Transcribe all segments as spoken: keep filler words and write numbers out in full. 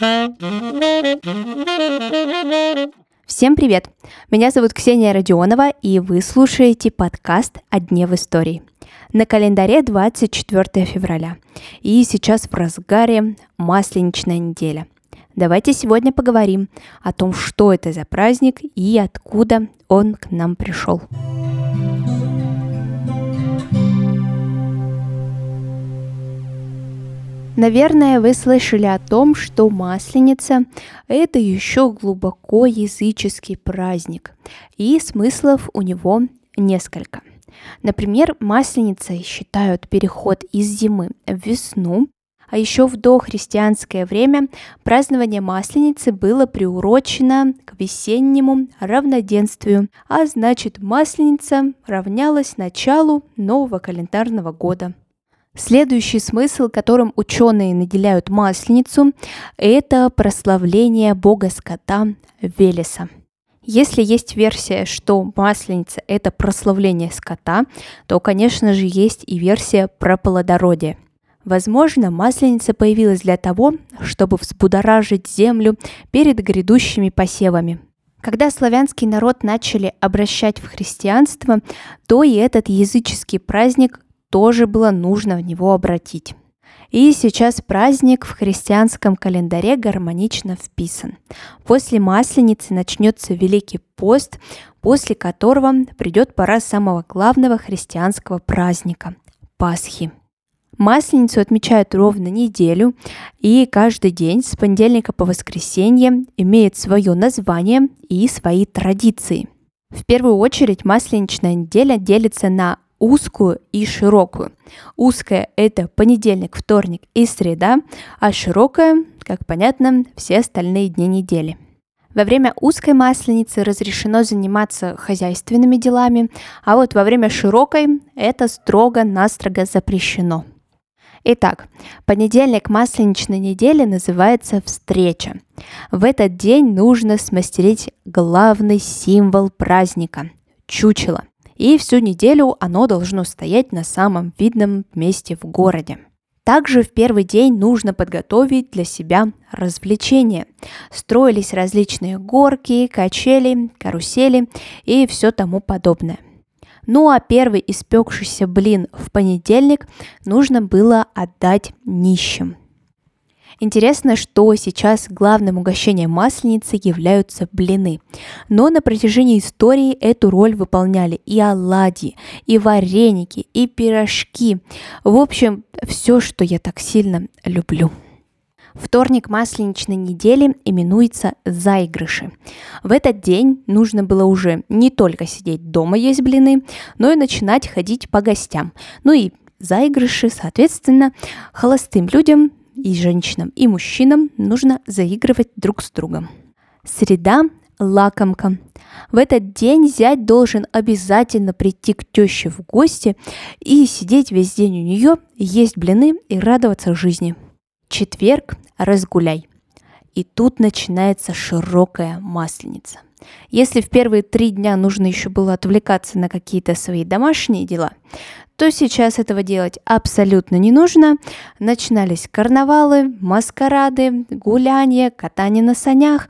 Всем привет! Меня зовут Ксения Родионова, и вы слушаете подкаст «О дне в истории». На календаре двадцать четвёртое февраля, и сейчас в разгаре Масленичная неделя. Давайте сегодня поговорим о том, что это за праздник и откуда он к нам пришел. Наверное, вы слышали о том, что Масленица – это еще глубоко языческий праздник, и смыслов у него несколько. Например, Масленицей считают переход из зимы в весну, а еще в дохристианское время празднование Масленицы было приурочено к весеннему равноденствию, а значит, Масленица равнялась началу нового календарного года. Следующий смысл, которым ученые наделяют Масленицу, это прославление бога скота Велеса. Если есть версия, что Масленица – это прославление скота, то, конечно же, есть и версия про плодородие. Возможно, Масленица появилась для того, чтобы взбудоражить землю перед грядущими посевами. Когда славянский народ начали обращать в христианство, то и этот языческий праздник тоже было нужно в него обратить. И сейчас праздник в христианском календаре гармонично вписан. После Масленицы начнется Великий пост, после которого придет пора самого главного христианского праздника – Пасхи. Масленицу отмечают ровно неделю, и каждый день с понедельника по воскресенье имеет свое название и свои традиции. В первую очередь Масленичная неделя делится на узкую и широкую. Узкая – это понедельник, вторник и среда, а широкая, как понятно, все остальные дни недели. Во время узкой Масленицы разрешено заниматься хозяйственными делами, а вот во время широкой это строго-настрого запрещено. Итак, понедельник Масленичной недели называется «Встреча». В этот день нужно смастерить главный символ праздника – чучело. И всю неделю оно должно стоять на самом видном месте в городе. Также в первый день нужно подготовить для себя развлечения. Строились различные горки, качели, карусели и все тому подобное. Ну а первый испекшийся блин в понедельник нужно было отдать нищим. Интересно, что сейчас главным угощением Масленицы являются блины. Но на протяжении истории эту роль выполняли и оладьи, и вареники, и пирожки. В общем, все, что я так сильно люблю. Вторник Масленичной недели именуется «Заигрыши». В этот день нужно было уже не только сидеть дома есть блины, но и начинать ходить по гостям. Ну и заигрыши, соответственно, холостым людям, и женщинам, и мужчинам нужно заигрывать друг с другом. Среда – лакомка. В этот день зять должен обязательно прийти к теще в гости и сидеть весь день у нее, есть блины и радоваться жизни. Четверг – разгуляй. И тут начинается широкая Масленица. Если в первые три дня нужно еще было отвлекаться на какие-то свои домашние дела, то сейчас этого делать абсолютно не нужно. Начинались карнавалы, маскарады, гуляния, катание на санях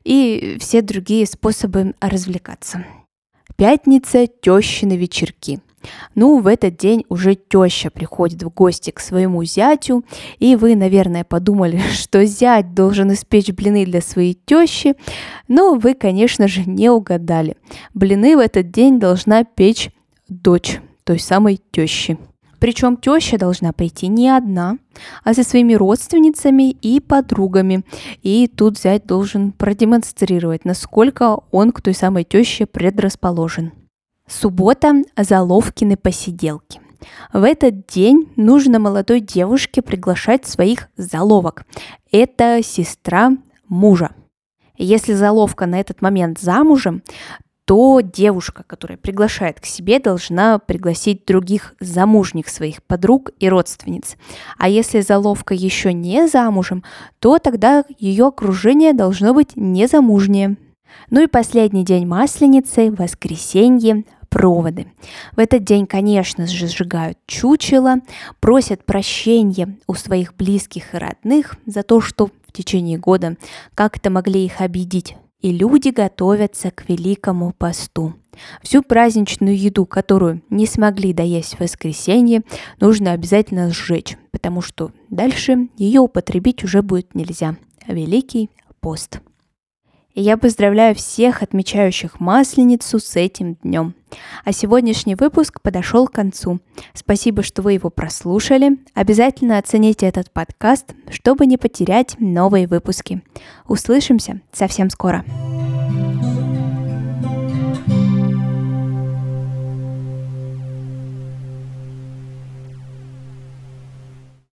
и все другие способы развлекаться. Пятница – тещины вечерки. Ну, в этот день уже теща приходит в гости к своему зятю, и вы, наверное, подумали, что зять должен испечь блины для своей тещи, но вы, конечно же, не угадали. Блины в этот день должна печь дочь той самой тещи. Причем теща должна прийти не одна, а со своими родственницами и подругами. И тут зять должен продемонстрировать, насколько он к той самой теще предрасположен. Суббота – Заловкины посиделки. В этот день нужно молодой девушке приглашать своих заловок. Это сестра мужа. Если заловка на этот момент замужем, то девушка, которая приглашает к себе, должна пригласить других замужних своих подруг и родственниц. А если заловка еще не замужем, то тогда ее окружение должно быть незамужнее. Ну и последний день Масленицы – воскресенье, проводы. В этот день, конечно же, сжигают чучело, просят прощения у своих близких и родных за то, что в течение года, как это могли их обидеть. И люди готовятся к Великому посту. Всю праздничную еду, которую не смогли доесть в воскресенье, нужно обязательно сжечь, потому что дальше ее употребить уже будет нельзя. Великий пост. И я поздравляю всех отмечающих Масленицу с этим днем. А сегодняшний выпуск подошел к концу. Спасибо, что вы его прослушали. Обязательно оцените этот подкаст, чтобы не потерять новые выпуски. Услышимся совсем скоро.